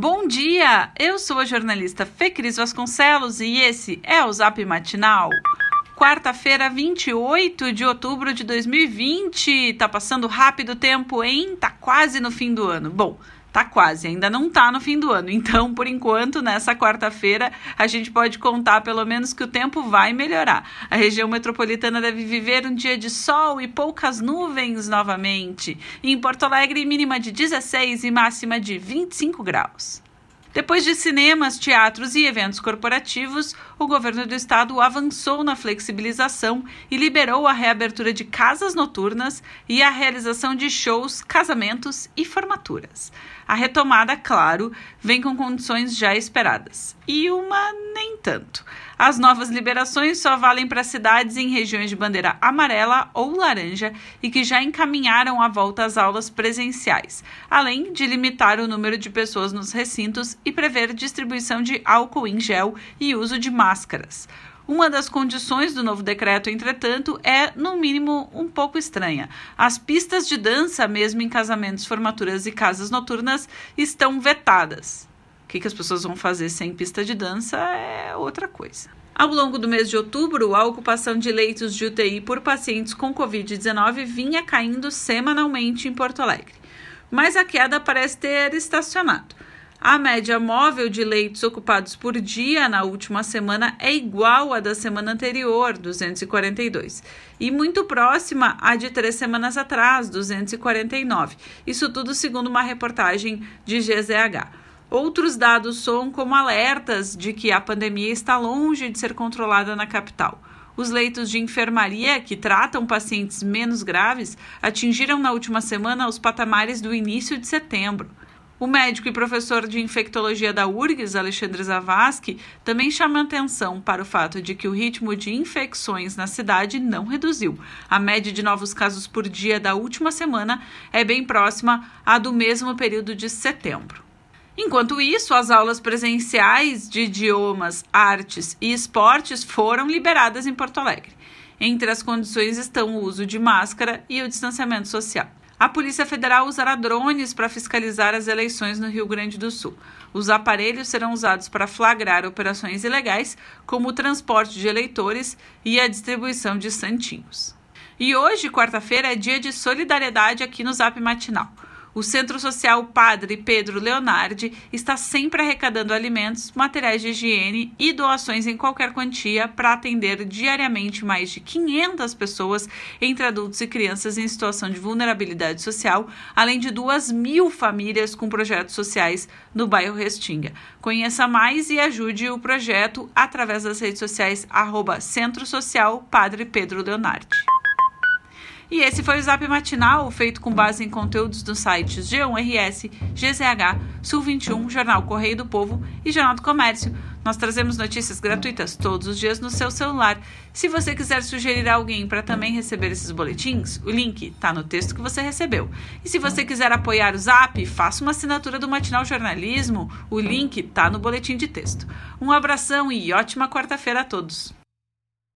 Bom dia! Eu sou a jornalista Fecris Vasconcelos e esse é o Zap Matinal. Quarta-feira, 28 de outubro de 2020. Tá passando rápido o tempo, hein? Tá quase no fim do ano. Bom, tá quase, ainda não tá no fim do ano. Então, por enquanto, nessa quarta-feira, a gente pode contar pelo menos que o tempo vai melhorar. A região metropolitana deve viver um dia de sol e poucas nuvens novamente. E em Porto Alegre, mínima de 16 e máxima de 25 graus. Depois de cinemas, teatros e eventos corporativos, o governo do estado avançou na flexibilização e liberou a reabertura de casas noturnas e a realização de shows, casamentos e formaturas. A retomada, claro, vem com condições já esperadas. E uma nem tanto. As novas liberações só valem para cidades em regiões de bandeira amarela ou laranja e que já encaminharam a volta às aulas presenciais, além de limitar o número de pessoas nos recintos e prever distribuição de álcool em gel e uso de máscaras. Uma das condições do novo decreto, entretanto, é, no mínimo, um pouco estranha. As pistas de dança, mesmo em casamentos, formaturas e casas noturnas, estão vetadas. O que as pessoas vão fazer sem pista de dança é outra coisa. Ao longo do mês de outubro, a ocupação de leitos de UTI por pacientes com Covid-19 vinha caindo semanalmente em Porto Alegre. Mas a queda parece ter estacionado. A média móvel de leitos ocupados por dia na última semana é igual à da semana anterior, 242, e muito próxima à de 3 semanas atrás, 249. Isso tudo segundo uma reportagem de GZH. Outros dados soam como alertas de que a pandemia está longe de ser controlada na capital. Os leitos de enfermaria, que tratam pacientes menos graves, atingiram na última semana os patamares do início de setembro. O médico e professor de infectologia da URGS, Alexandre Zavascki, também chama atenção para o fato de que o ritmo de infecções na cidade não reduziu. A média de novos casos por dia da última semana é bem próxima à do mesmo período de setembro. Enquanto isso, as aulas presenciais de idiomas, artes e esportes foram liberadas em Porto Alegre. Entre as condições estão o uso de máscara e o distanciamento social. A Polícia Federal usará drones para fiscalizar as eleições no Rio Grande do Sul. Os aparelhos serão usados para flagrar operações ilegais, como o transporte de eleitores e a distribuição de santinhos. E hoje, quarta-feira, é dia de solidariedade aqui no Zap Matinal. O Centro Social Padre Pedro Leonardi está sempre arrecadando alimentos, materiais de higiene e doações em qualquer quantia para atender diariamente mais de 500 pessoas, entre adultos e crianças em situação de vulnerabilidade social, além de 2.000 famílias com projetos sociais no bairro Restinga. Conheça mais e ajude o projeto através das redes sociais @Centro Social Padre Pedro Leonardi. E esse foi o Zap Matinal, feito com base em conteúdos dos sites G1RS, GZH, Sul 21, Jornal Correio do Povo e Jornal do Comércio. Nós trazemos notícias gratuitas todos os dias no seu celular. Se você quiser sugerir alguém para também receber esses boletins, o link está no texto que você recebeu. E se você quiser apoiar o Zap, faça uma assinatura do Matinal Jornalismo, o link está no boletim de texto. Um abração e ótima quarta-feira a todos.